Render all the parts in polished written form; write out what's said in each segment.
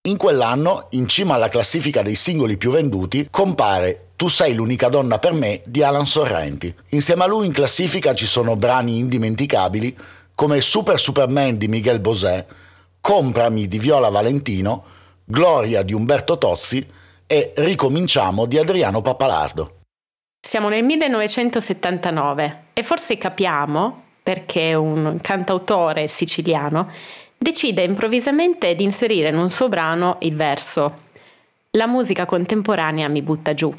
In quell'anno, in cima alla classifica dei singoli più venduti, compare Tu sei l'unica donna per me di Alan Sorrenti. Insieme a lui in classifica ci sono brani indimenticabili come Superman di Miguel Bosé, Comprami di Viola Valentino, Gloria di Umberto Tozzi e Ricominciamo di Adriano Pappalardo. Siamo nel 1979 e forse capiamo perché un cantautore siciliano decide improvvisamente di inserire in un suo brano il verso «La musica contemporanea mi butta giù».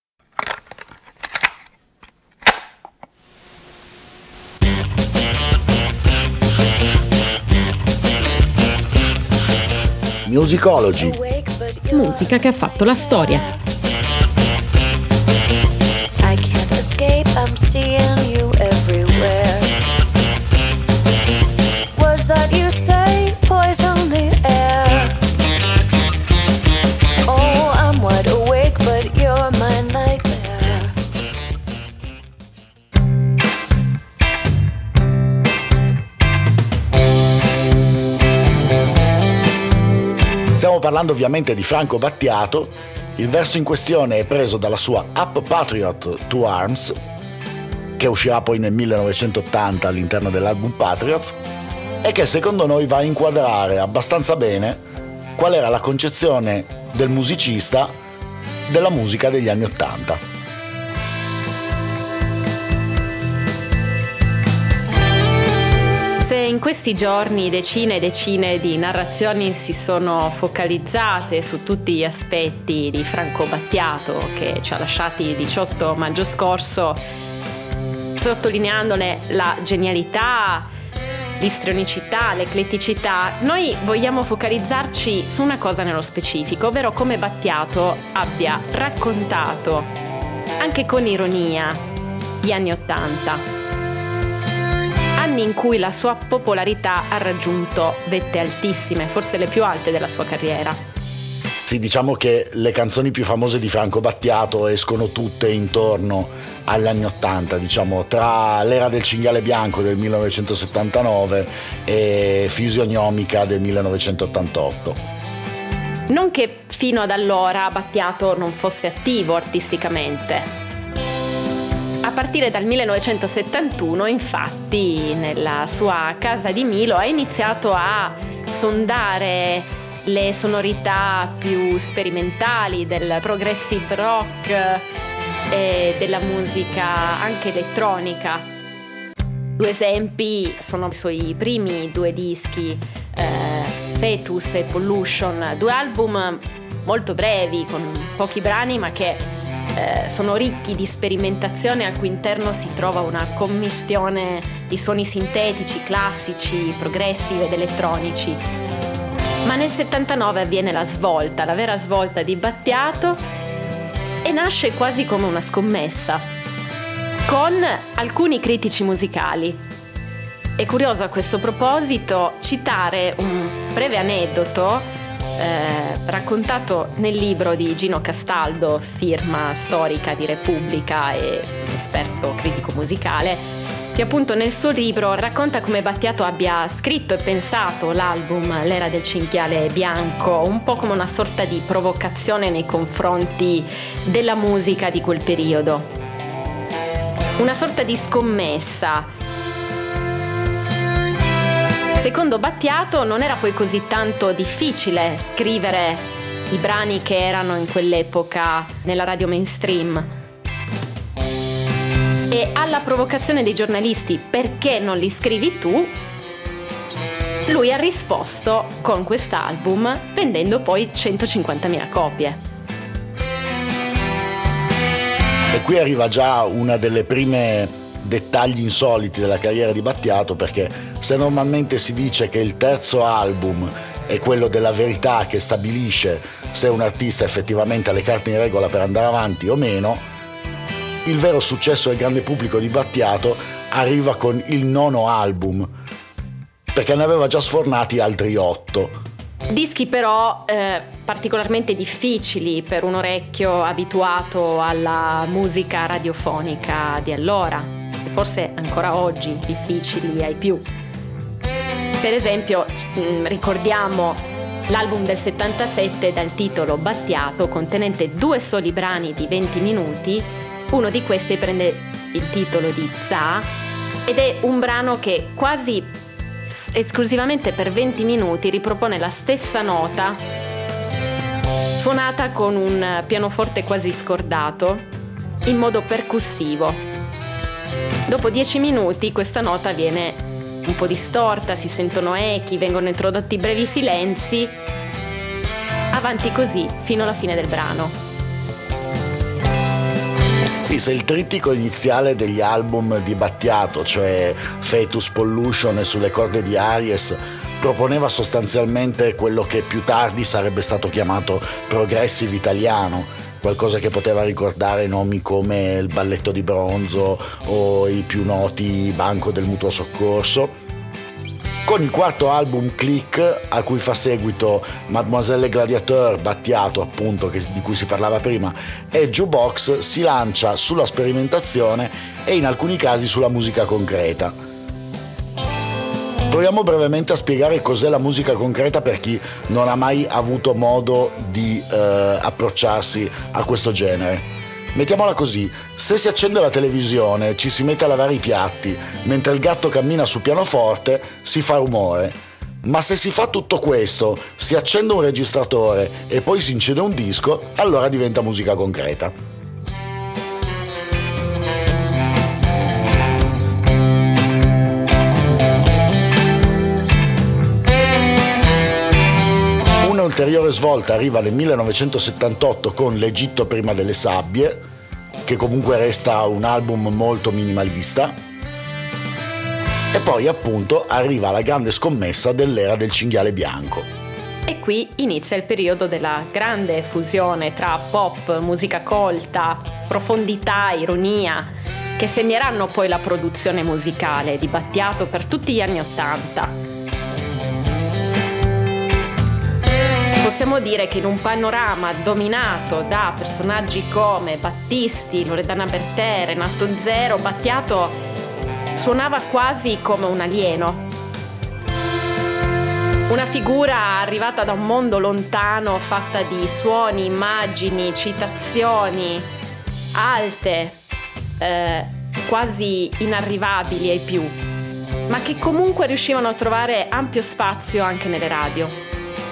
Musicology. Musica che ha fatto la storia. I can't escape, I'm seeing you everywhere. Words that you say poison the air. Oh, I'm wide awake, but you're my nightmare. Stiamo parlando ovviamente di Franco Battiato. Il verso in questione è preso dalla sua Up Patriot to Arms, che uscirà poi nel 1980 all'interno dell'album Patriots, e che secondo noi va a inquadrare abbastanza bene qual era la concezione del musicista della musica degli anni '80. Se in questi giorni decine e decine di narrazioni si sono focalizzate su tutti gli aspetti di Franco Battiato, che ci ha lasciati il 18 maggio scorso, sottolineandone la genialità, l'istrionicità, l'ecletticità, noi vogliamo focalizzarci su una cosa nello specifico, ovvero come Battiato abbia raccontato, anche con ironia, gli anni '80. Anni in cui la sua popolarità ha raggiunto vette altissime, forse le più alte della sua carriera. Sì, diciamo che le canzoni più famose di Franco Battiato escono tutte intorno agli anni '80, diciamo tra l'era del cinghiale bianco del 1979 e Fisionomica del 1988. Non che fino ad allora Battiato non fosse attivo artisticamente. A partire dal 1971, infatti, nella sua casa di Milo ha iniziato a sondare le sonorità più sperimentali del progressive rock e della musica anche elettronica. Due esempi sono i suoi primi due dischi, Fetus e Pollution, due album molto brevi, con pochi brani, ma che sono ricchi di sperimentazione, al cui interno si trova una commistione di suoni sintetici, classici, progressive ed elettronici. Ma nel 79 avviene la svolta, la vera svolta di Battiato, e nasce quasi come una scommessa, con alcuni critici musicali. È curioso a questo proposito citare un breve aneddoto raccontato nel libro di Gino Castaldo, firma storica di Repubblica e esperto critico musicale, che appunto nel suo libro racconta come Battiato abbia scritto e pensato l'album L'era del cinghiale bianco, un po' come una sorta di provocazione nei confronti della musica di quel periodo. Una sorta di scommessa. Secondo Battiato non era poi così tanto difficile scrivere i brani che erano in quell'epoca nella radio mainstream. E alla provocazione dei giornalisti "perché non li scrivi tu?", lui ha risposto con quest'album, vendendo poi 150.000 copie. E qui arriva già una delle prime dettagli insoliti della carriera di Battiato, perché se normalmente si dice che il terzo album è quello della verità che stabilisce se un artista effettivamente ha le carte in regola per andare avanti o meno, il vero successo del grande pubblico di Battiato arriva con il nono album, perché ne aveva già sfornati altri 8. Dischi però particolarmente difficili per un orecchio abituato alla musica radiofonica di allora, e forse ancora oggi difficili ai più. Per esempio ricordiamo L'album del 77 dal titolo Battiato, contenente 2 soli brani di 20 minuti, uno di questi prende il titolo di Za ed è un brano che quasi esclusivamente per 20 minuti ripropone la stessa nota suonata con un pianoforte quasi scordato in modo percussivo. Dopo 10 minuti questa nota viene un po' distorta, si sentono echi, vengono introdotti brevi silenzi, avanti così fino alla fine del brano. Sì, se il trittico iniziale degli album di Battiato, cioè Fetus, Pollution e Sulle corde di Aries, proponeva sostanzialmente quello che più tardi sarebbe stato chiamato progressive italiano, qualcosa che poteva ricordare nomi come il Balletto di Bronzo o i più noti Banco del Mutuo Soccorso. Con il quarto album Click, a cui fa seguito Mademoiselle Gladiateur, Battiato appunto, di cui si parlava prima, e Jukebox, si lancia sulla sperimentazione e in alcuni casi sulla musica concreta. Proviamo brevemente a spiegare cos'è la musica concreta per chi non ha mai avuto modo di approcciarsi a questo genere. Mettiamola così: se si accende la televisione, ci si mette a lavare i piatti, mentre il gatto cammina sul pianoforte, si fa rumore. Ma se si fa tutto questo, si accende un registratore e poi si incide un disco, allora diventa musica concreta. Un'ulteriore svolta arriva nel 1978 con L'Egitto prima delle sabbie, che comunque resta un album molto minimalista, e poi appunto arriva la grande scommessa dell'era del cinghiale bianco. E qui inizia il periodo della grande fusione tra pop, musica colta, profondità, ironia, che segneranno poi la produzione musicale di Battiato per tutti gli anni '80. Possiamo dire che in un panorama dominato da personaggi come Battisti, Loredana Bertè, Renato Zero, Battiato suonava quasi come un alieno. Una figura arrivata da un mondo lontano, fatta di suoni, immagini, citazioni alte, quasi inarrivabili ai più, ma che comunque riuscivano a trovare ampio spazio anche nelle radio.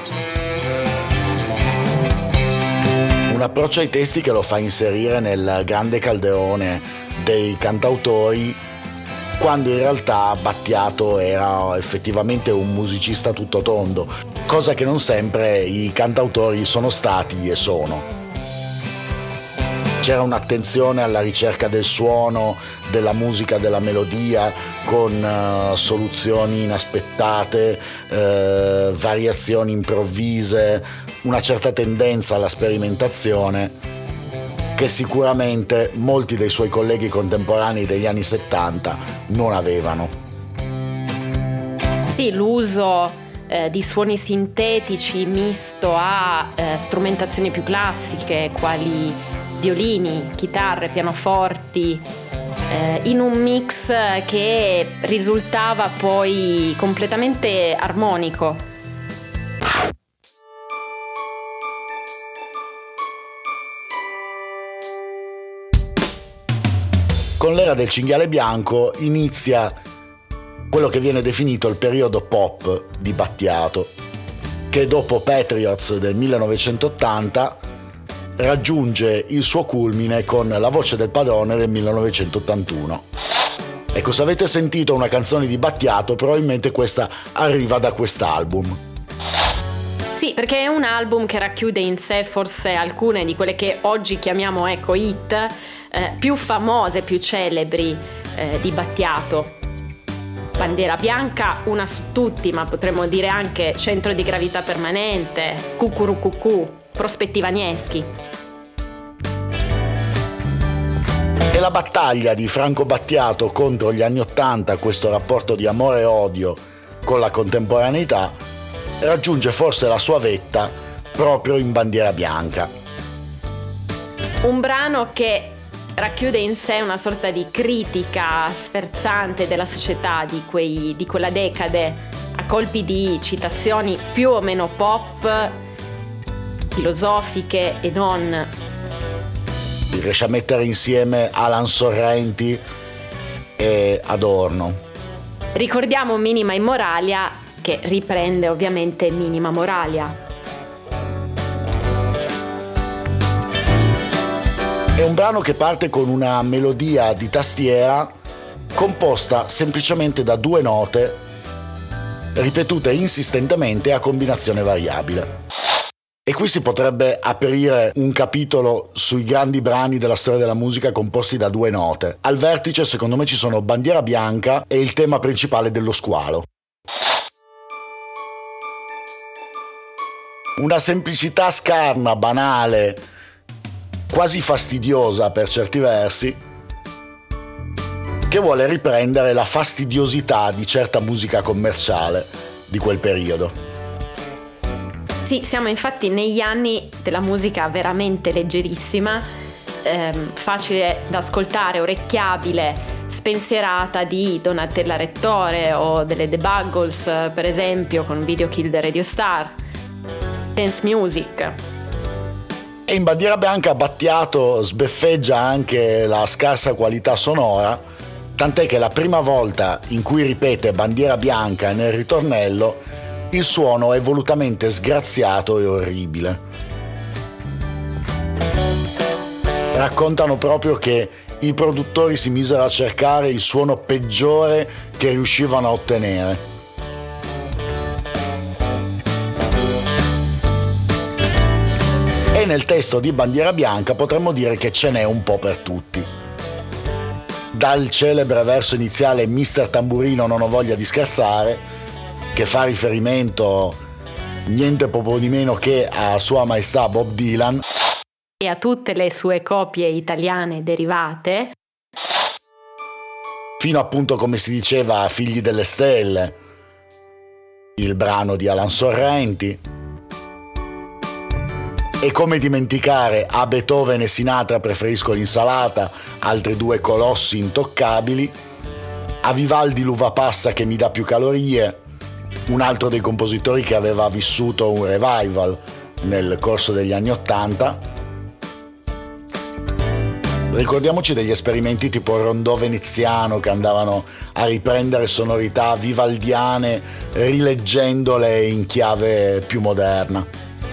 Un approccio ai testi che lo fa inserire nel grande calderone dei cantautori, quando in realtà Battiato era effettivamente un musicista tutto tondo, cosa che non sempre i cantautori sono stati e sono. C'era un'attenzione alla ricerca del suono, della musica, della melodia, con soluzioni inaspettate, variazioni improvvise, una certa tendenza alla sperimentazione che sicuramente molti dei suoi colleghi contemporanei degli anni 70 non avevano. Sì, l'uso di suoni sintetici misto a strumentazioni più classiche, quali violini, chitarre, pianoforti, in un mix che risultava poi completamente armonico. Con l'era del cinghiale bianco inizia quello che viene definito il periodo pop di Battiato, che dopo Patriots del 1980 raggiunge il suo culmine con La voce del padrone del 1981. Ecco, se avete sentito una canzone di Battiato, probabilmente questa arriva da quest'album. Sì, perché è un album che racchiude in sé forse alcune di quelle che oggi chiamiamo hit, più famose, più celebri di Battiato. Bandiera bianca, una su tutti, ma potremmo dire anche Centro di gravità permanente, Cucurucucù, Prospettiva Agneschi. E la battaglia di Franco Battiato contro gli anni '80, questo rapporto di amore e odio con la contemporaneità, raggiunge forse la sua vetta proprio in Bandiera bianca. Un brano che racchiude in sé una sorta di critica sferzante della società di quella decade a colpi di citazioni più o meno pop, filosofiche e non. Riesce a mettere insieme Alan Sorrenti e Adorno. Ricordiamo Minima Immораlia, che riprende ovviamente Minima Moralia. È un brano che parte con una melodia di tastiera composta semplicemente da 2 note ripetute insistentemente a combinazione variabile. E qui si potrebbe aprire un capitolo sui grandi brani della storia della musica composti da 2 note. Al vertice, secondo me, ci sono Bandiera Bianca e il tema principale dello squalo. Una semplicità scarna, banale, quasi fastidiosa per certi versi, che vuole riprendere la fastidiosità di certa musica commerciale di quel periodo. Sì, siamo infatti negli anni della musica veramente leggerissima, facile da ascoltare, orecchiabile, spensierata, di Donatella Rettore o delle The Buggles, per esempio, con Video Kill the Radio Star, dance music. E in Bandiera Bianca Battiato sbeffeggia anche la scarsa qualità sonora, tant'è che la prima volta in cui ripete Bandiera Bianca nel ritornello il suono è volutamente sgraziato e orribile. Raccontano proprio che i produttori si misero a cercare il suono peggiore che riuscivano a ottenere. E nel testo di Bandiera Bianca potremmo dire che ce n'è un po' per tutti. Dal celebre verso iniziale Mister Tamburino non ho voglia di scherzare, che fa riferimento niente poco di meno che a Sua Maestà Bob Dylan e a tutte le sue copie italiane derivate, fino appunto, come si diceva, a Figli delle Stelle, il brano di Alan Sorrenti. E come dimenticare A Beethoven e Sinatra preferisco l'insalata, altri 2 colossi intoccabili, a Vivaldi l'uva passa che mi dà più calorie, un altro dei compositori che aveva vissuto un revival nel corso degli anni '80. Ricordiamoci degli esperimenti tipo il rondò veneziano, che andavano a riprendere sonorità vivaldiane rileggendole in chiave più moderna.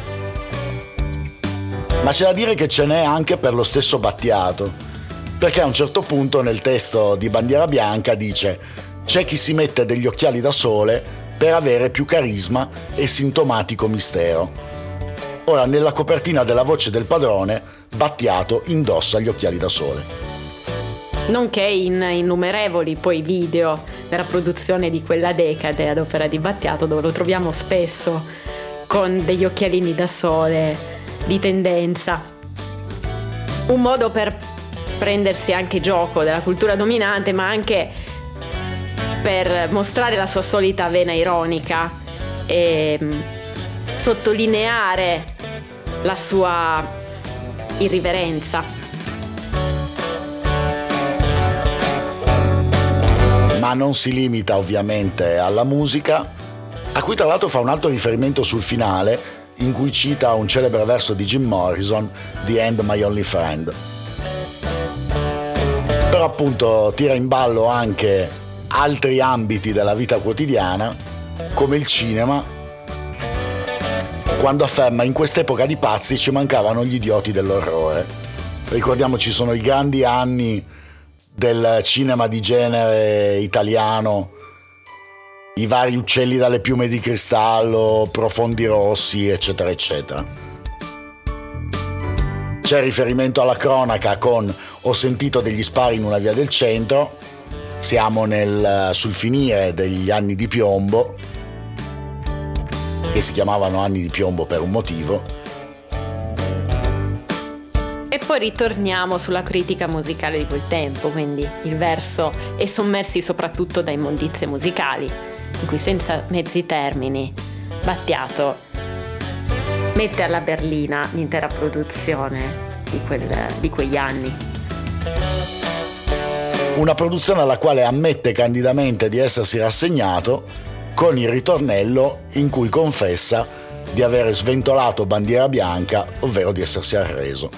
Ma c'è da dire che ce n'è anche per lo stesso Battiato, perché a un certo punto nel testo di Bandiera Bianca dice: c'è chi si mette degli occhiali da sole per avere più carisma e sintomatico mistero. Ora, nella copertina della Voce del Padrone, Battiato indossa gli occhiali da sole. Nonché in innumerevoli poi video della produzione di quella decade ad opera di Battiato, dove lo troviamo spesso con degli occhialini da sole di tendenza. Un modo per prendersi anche gioco della cultura dominante, ma anche per mostrare la sua solita vena ironica e sottolineare la sua irriverenza. Ma non si limita ovviamente alla musica, a cui tra l'altro fa un altro riferimento sul finale, in cui cita un celebre verso di Jim Morrison, The End My Only Friend. Però appunto tira in ballo anche altri ambiti della vita quotidiana, come il cinema, quando afferma: in quest'epoca di pazzi ci mancavano gli idioti dell'orrore. Ricordiamoci, sono i grandi anni del cinema di genere italiano, i vari Uccelli dalle piume di cristallo, Profondi rossi, eccetera eccetera. C'è riferimento alla cronaca con Ho sentito degli spari in una via del centro. Siamo sul finire degli anni di piombo, che si chiamavano anni di piombo per un motivo. E poi ritorniamo sulla critica musicale di quel tempo, quindi il verso è sommersi soprattutto da immondizie musicali, in cui senza mezzi termini Battiato mette alla berlina l'intera produzione di quegli anni. Una produzione alla quale ammette candidamente di essersi rassegnato, con il ritornello in cui confessa di avere sventolato bandiera bianca, ovvero di essersi arreso.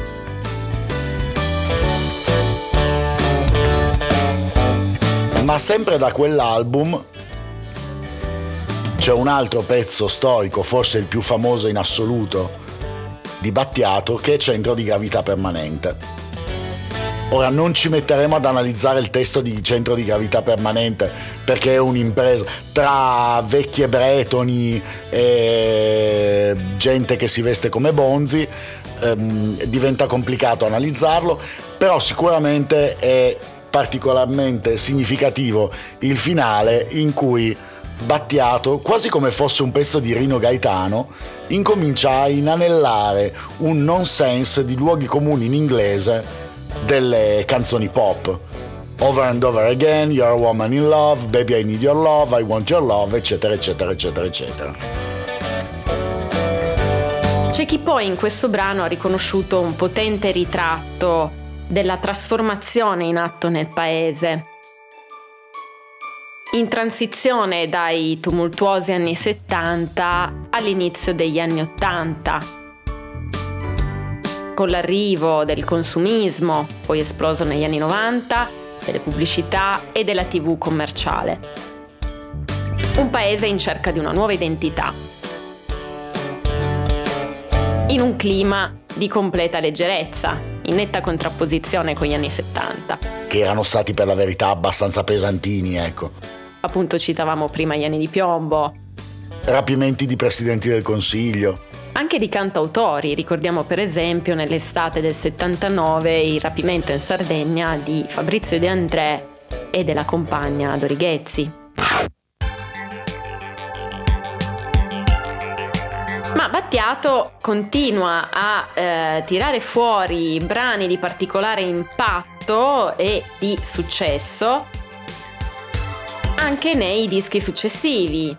Ma sempre da quell'album c'è un altro pezzo storico, forse il più famoso in assoluto di Battiato, che è Centro di gravità permanente. Ora non ci metteremo ad analizzare il testo di Centro di gravità permanente, perché è un'impresa tra vecchie bretoni e gente che si veste come bonzi, diventa complicato analizzarlo, però sicuramente è particolarmente significativo il finale in cui Battiato, quasi come fosse un pezzo di Rino Gaetano, incomincia a inanellare un nonsense di luoghi comuni in inglese delle canzoni pop. Over and over again, you're a woman in love, baby I need your love, I want your love, eccetera eccetera eccetera eccetera. C'è chi poi in questo brano ha riconosciuto un potente ritratto della trasformazione in atto nel paese, in transizione dai tumultuosi anni 70 all'inizio degli anni 80, con l'arrivo del consumismo, poi esploso negli anni 90, delle pubblicità e della TV commerciale. Un paese in cerca di una nuova identità, in un clima di completa leggerezza, in netta contrapposizione con gli anni 70. Che erano stati per la verità abbastanza pesantini, ecco. Appunto citavamo prima gli anni di piombo. Rapimenti di presidenti del Consiglio. Anche di cantautori, ricordiamo per esempio nell'estate del 79 il rapimento in Sardegna di Fabrizio De André e della compagna Dori Ghezzi. Ma Battiato continua a tirare fuori brani di particolare impatto e di successo anche nei dischi successivi.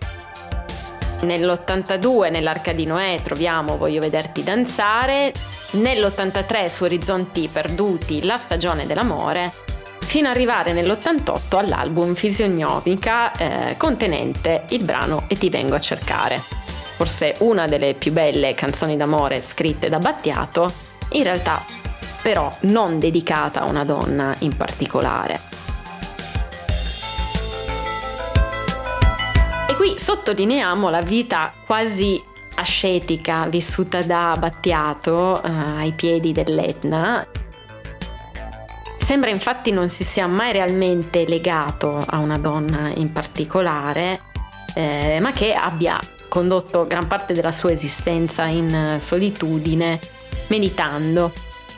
Nell'82 nell'Arca di Noè troviamo Voglio vederti danzare, nell'83 su Orizzonti perduti La stagione dell'amore, fino ad arrivare nell'88 all'album Fisionomica contenente il brano E ti vengo a cercare. Forse una delle più belle canzoni d'amore scritte da Battiato, in realtà però non dedicata a una donna in particolare. E qui sottolineiamo la vita quasi ascetica vissuta da Battiato ai piedi dell'Etna. Sembra infatti non si sia mai realmente legato a una donna in particolare, ma che abbia condotto gran parte della sua esistenza in solitudine, meditando.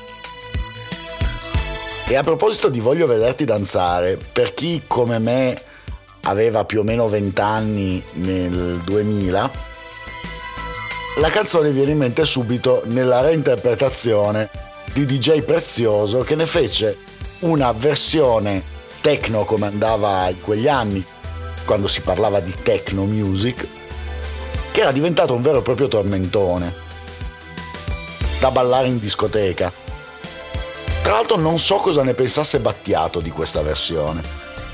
E a proposito di Voglio vederti danzare, per chi come me aveva più o meno 20 anni nel 2000, la canzone viene in mente subito nella reinterpretazione di DJ Prezioso, che ne fece una versione techno come andava in quegli anni, quando si parlava di techno music, che era diventato un vero e proprio tormentone da ballare in discoteca. Tra l'altro non so cosa ne pensasse Battiato di questa versione.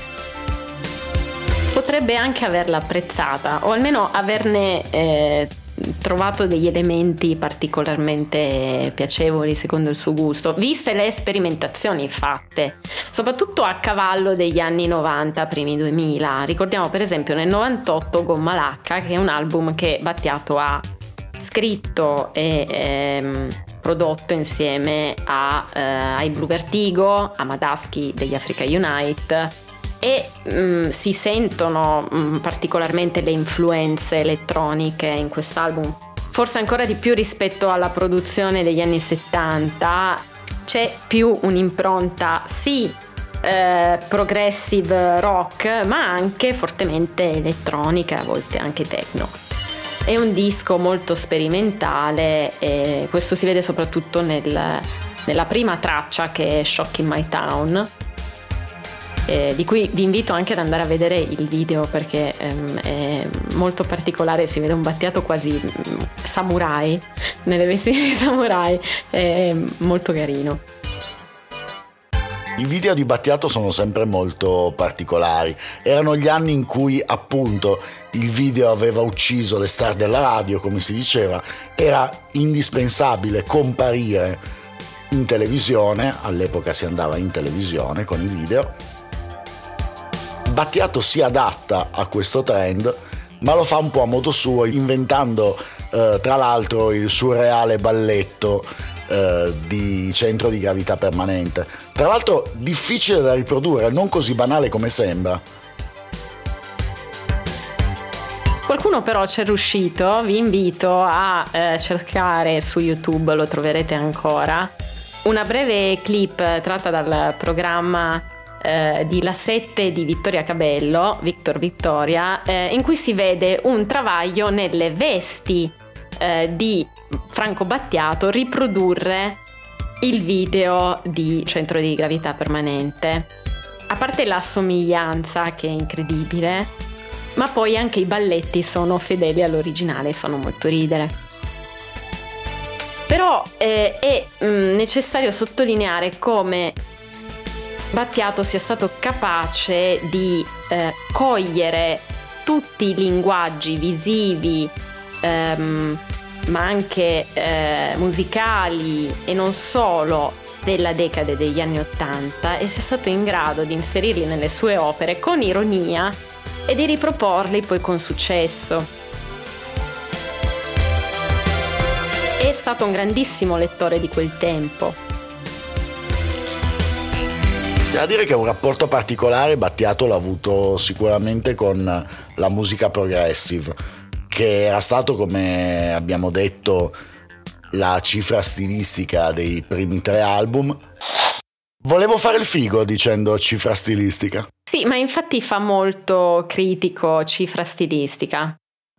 Potrebbe anche averla apprezzata, o almeno averne trovato degli elementi particolarmente piacevoli secondo il suo gusto, viste le sperimentazioni fatte, soprattutto a cavallo degli anni 90, primi 2000. Ricordiamo per esempio nel 98 Gomma Lacca, che è un album che Battiato ha scritto e prodotto insieme ai Blue Vertigo, a Madaschi degli Africa Unite, e si sentono particolarmente le influenze elettroniche in quest'album, forse ancora di più rispetto alla produzione degli anni 70. C'è più un'impronta progressive rock, ma anche fortemente elettronica, a volte anche techno. È un disco molto sperimentale e questo si vede soprattutto nella prima traccia, che è Shock in My Town, di cui vi invito anche ad andare a vedere il video, perché è molto particolare. Si vede un Battiato quasi samurai, nelle vesti di samurai, è molto carino. I video di Battiato sono sempre molto particolari. Erano gli anni in cui appunto il video aveva ucciso le star della radio, come si diceva, era indispensabile comparire in televisione, all'epoca si andava in televisione con i video. Battiato si adatta a questo trend, ma lo fa un po' a modo suo, inventando tra l'altro il surreale balletto di centro di gravità permanente. Tra l'altro difficile da riprodurre, non così banale come sembra. Qualcuno però c'è riuscito, vi invito a cercare su YouTube, lo troverete ancora, una breve clip tratta dal programma di La 7 di Vittoria Cabello, Victor Vittoria, in cui si vede un travaglio nelle vesti di Franco Battiato riprodurre il video di Centro di Gravità Permanente. A parte la somiglianza, che è incredibile, ma poi anche i balletti sono fedeli all'originale e fanno molto ridere. Però è necessario sottolineare come Battiato sia stato capace di cogliere tutti i linguaggi visivi, ma anche musicali e non solo della decade degli anni '80, e sia stato in grado di inserirli nelle sue opere con ironia e di riproporli poi con successo. È stato un grandissimo lettore di quel tempo. C'è da dire che un rapporto particolare Battiato l'ha avuto sicuramente con la musica progressive, che era stato, come abbiamo detto, la cifra stilistica dei primi 3 album. Volevo fare il figo dicendo cifra stilistica. Sì, ma infatti fa molto critico cifra stilistica.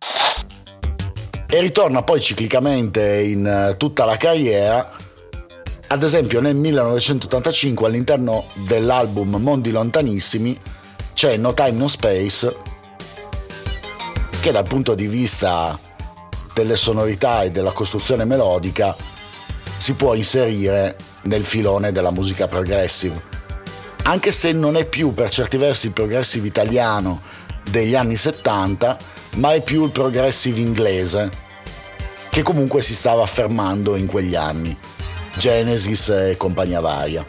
E ritorna poi ciclicamente in tutta la carriera. Ad esempio nel 1985 all'interno dell'album Mondi Lontanissimi c'è No Time No Space, che dal punto di vista delle sonorità e della costruzione melodica si può inserire nel filone della musica progressive, anche se non è più per certi versi il progressive italiano degli anni 70, ma è più il progressive inglese, che comunque si stava affermando in quegli anni, Genesis e compagnia varia.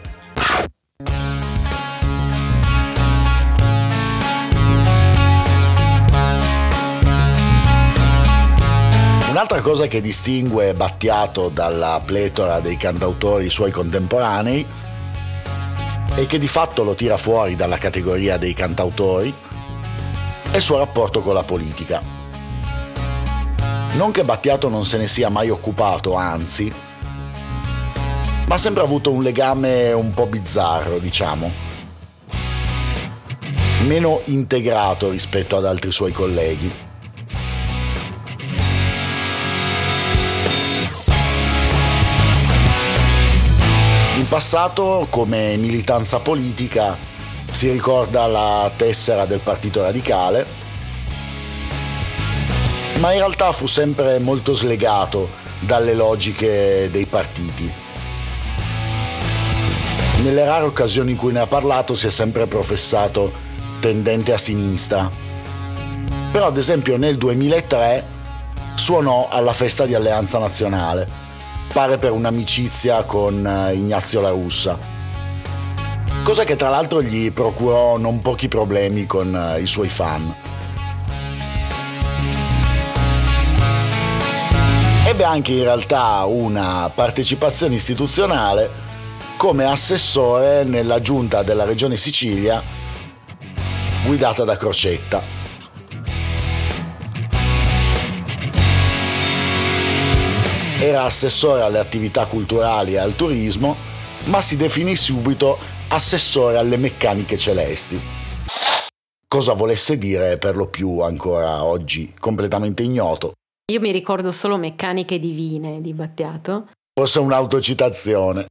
Un'altra cosa che distingue Battiato dalla pletora dei cantautori suoi contemporanei e che di fatto lo tira fuori dalla categoria dei cantautori è il suo rapporto con la politica. Non che Battiato non se ne sia mai occupato, anzi, ma ha sempre avuto un legame un po' bizzarro, diciamo, meno integrato rispetto ad altri suoi colleghi. In passato, come militanza politica, si ricorda la tessera del Partito Radicale, ma in realtà fu sempre molto slegato dalle logiche dei partiti. Nelle rare occasioni in cui ne ha parlato si è sempre professato tendente a sinistra. Però ad esempio nel 2003 suonò alla festa di Alleanza Nazionale, pare per un'amicizia con Ignazio La Russa, cosa che tra l'altro gli procurò non pochi problemi con i suoi fan. Ebbe anche in realtà una partecipazione istituzionale come assessore nella giunta della Regione Sicilia guidata da Crocetta. Era assessore alle attività culturali e al turismo, ma si definì subito assessore alle meccaniche celesti. Cosa volesse dire per lo più ancora oggi completamente ignoto. Io mi ricordo solo Meccaniche Divine di Battiato. Forse un'autocitazione.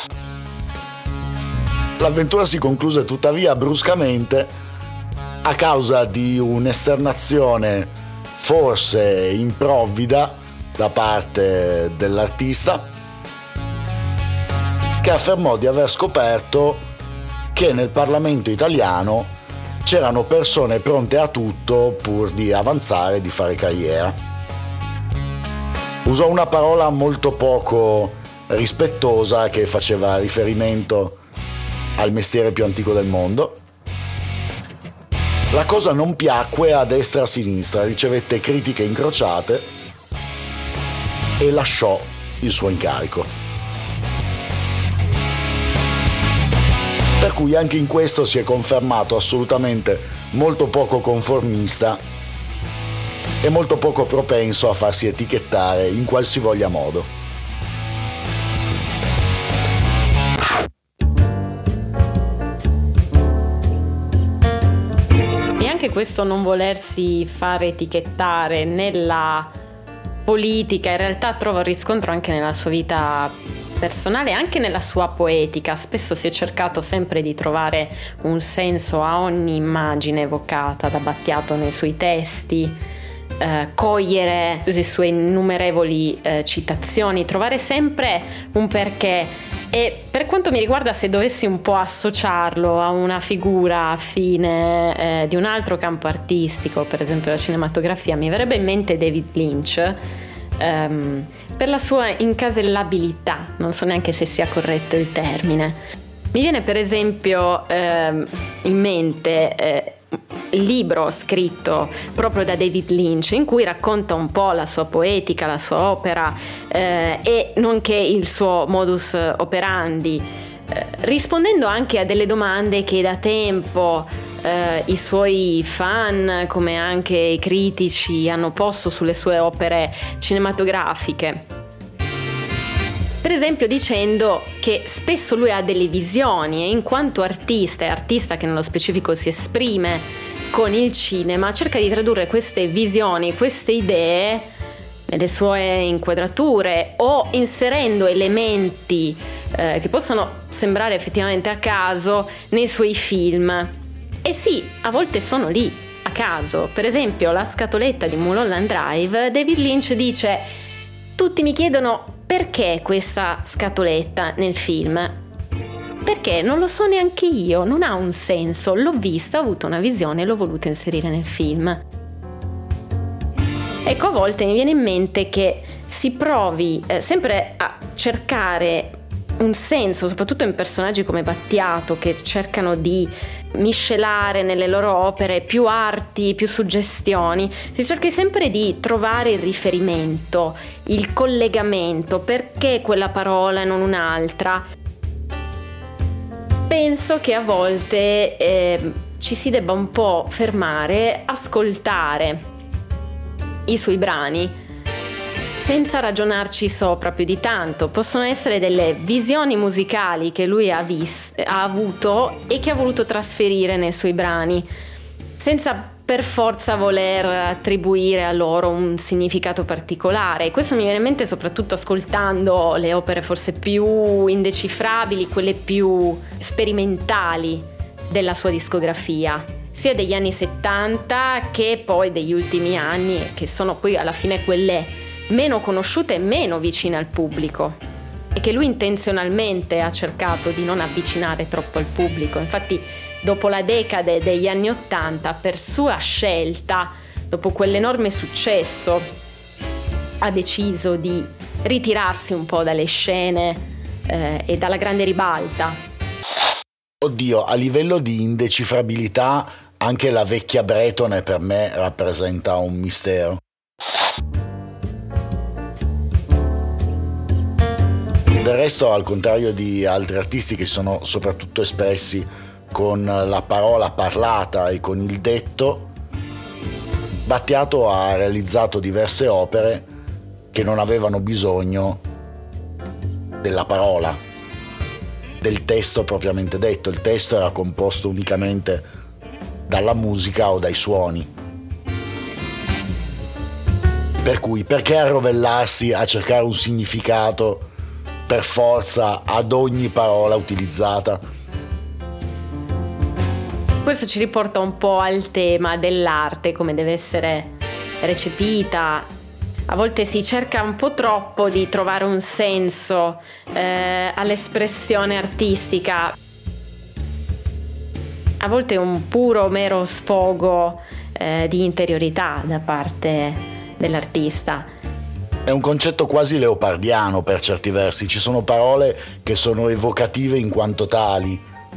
L'avventura si concluse tuttavia bruscamente a causa di un'esternazione forse improvvida da parte dell'artista, che affermò di aver scoperto che nel Parlamento italiano c'erano persone pronte a tutto pur di avanzare, di fare carriera. Usò una parola molto poco rispettosa che faceva riferimento al mestiere più antico del mondo. La cosa non piacque a destra e a sinistra, ricevette critiche incrociate e lasciò il suo incarico. Per cui anche in questo si è confermato assolutamente molto poco conformista e molto poco propenso a farsi etichettare in qualsivoglia modo. E anche questo non volersi fare etichettare nella politica in realtà trova riscontro anche nella sua vita personale, anche nella sua poetica. Spesso si è cercato sempre di trovare un senso a ogni immagine evocata da Battiato nei suoi testi, cogliere le sue innumerevoli citazioni, trovare sempre un perché. E per quanto mi riguarda, se dovessi un po' associarlo a una figura affine di un altro campo artistico, per esempio la cinematografia, mi verrebbe in mente David Lynch, per la sua incasellabilità, non so neanche se sia corretto il termine. Mi viene per esempio in mente il libro scritto proprio da David Lynch, in cui racconta un po' la sua poetica, la sua opera e nonché il suo modus operandi, rispondendo anche a delle domande che da tempo i suoi fan, come anche i critici, hanno posto sulle sue opere cinematografiche. Per esempio dicendo che spesso lui ha delle visioni e in quanto artista, e artista che nello specifico si esprime con il cinema, cerca di tradurre queste visioni, queste idee nelle sue inquadrature o inserendo elementi che possano sembrare effettivamente a caso nei suoi film. E sì, a volte sono lì, a caso. Per esempio la scatoletta di Mulholland Drive, David Lynch dice: tutti mi chiedono perché questa scatoletta nel film? Perché non lo so neanche io, non ha un senso, l'ho vista, ho avuto una visione e l'ho voluta inserire nel film. Ecco, a volte mi viene in mente che si provi sempre a cercare un senso, soprattutto in personaggi come Battiato, che cercano di miscelare nelle loro opere più arti, più suggestioni. Si cerca sempre di trovare il riferimento, il collegamento, perché quella parola e non un'altra. Penso che a volte ci si debba un po' fermare, ascoltare i suoi brani senza ragionarci sopra più di tanto. Possono essere delle visioni musicali che lui ha avuto e che ha voluto trasferire nei suoi brani, senza per forza voler attribuire a loro un significato particolare. Questo mi viene in mente soprattutto ascoltando le opere forse più indecifrabili, quelle più sperimentali della sua discografia, sia degli anni 70 che poi degli ultimi anni, che sono poi alla fine quelle meno conosciute e meno vicine al pubblico, e che lui intenzionalmente ha cercato di non avvicinare troppo al pubblico. Infatti dopo la decade degli anni 80, per sua scelta, dopo quell'enorme successo, ha deciso di ritirarsi un po' dalle scene e dalla grande ribalta. Oddio, a livello di indecifrabilità anche la vecchia Bretone per me rappresenta un mistero. Del resto, al contrario di altri artisti che sono soprattutto espressi con la parola parlata e con il detto, Battiato ha realizzato diverse opere che non avevano bisogno della parola, del testo propriamente detto. Il testo era composto unicamente dalla musica o dai suoni. Per cui, perché arrovellarsi a cercare un significato per forza ad ogni parola utilizzata? Questo ci riporta un po' al tema dell'arte, come deve essere recepita. A volte si cerca un po' troppo di trovare un senso all'espressione artistica. a volte un puro mero sfogo di interiorità da parte dell'artista. È un concetto quasi leopardiano per certi versi, ci sono parole che sono evocative in quanto tali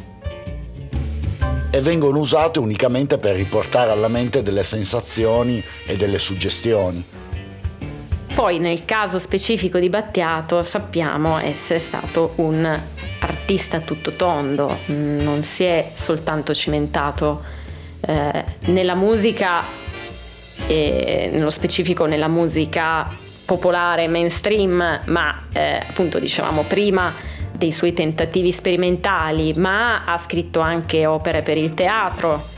e vengono usate unicamente per riportare alla mente delle sensazioni e delle suggestioni. Poi nel caso specifico di Battiato sappiamo essere stato un artista tutto tondo, non si è soltanto cimentato nella musica e nello specifico nella musica popolare mainstream, ma appunto dicevamo prima dei suoi tentativi sperimentali, ma ha scritto anche opere per il teatro.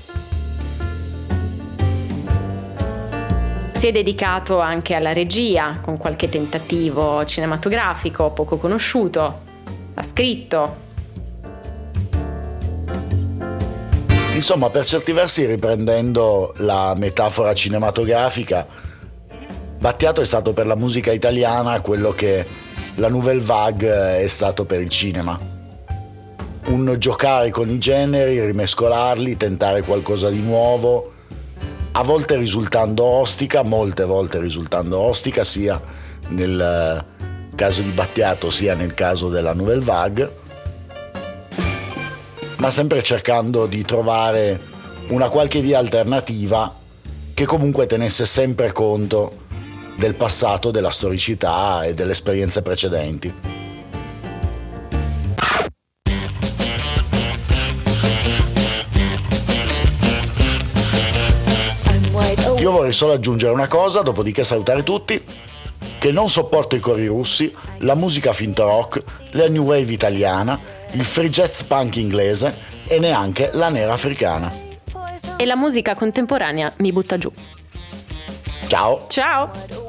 Si è dedicato anche alla regia, con qualche tentativo cinematografico poco conosciuto. Ha scritto. Insomma, per certi versi, riprendendo la metafora cinematografica, Battiato è stato per la musica italiana quello che la Nouvelle Vague è stato per il cinema. Un giocare con i generi, rimescolarli, tentare qualcosa di nuovo, a volte risultando ostica, molte volte risultando ostica, sia nel caso di Battiato sia nel caso della Nouvelle Vague, ma sempre cercando di trovare una qualche via alternativa che comunque tenesse sempre conto del passato, della storicità e delle esperienze precedenti. Io vorrei solo aggiungere una cosa, dopodiché salutare tutti, che non sopporto i cori russi, la musica finto rock, la new wave italiana, il free jazz punk inglese e neanche la nera africana. E la musica contemporanea mi butta giù. Ciao! Ciao!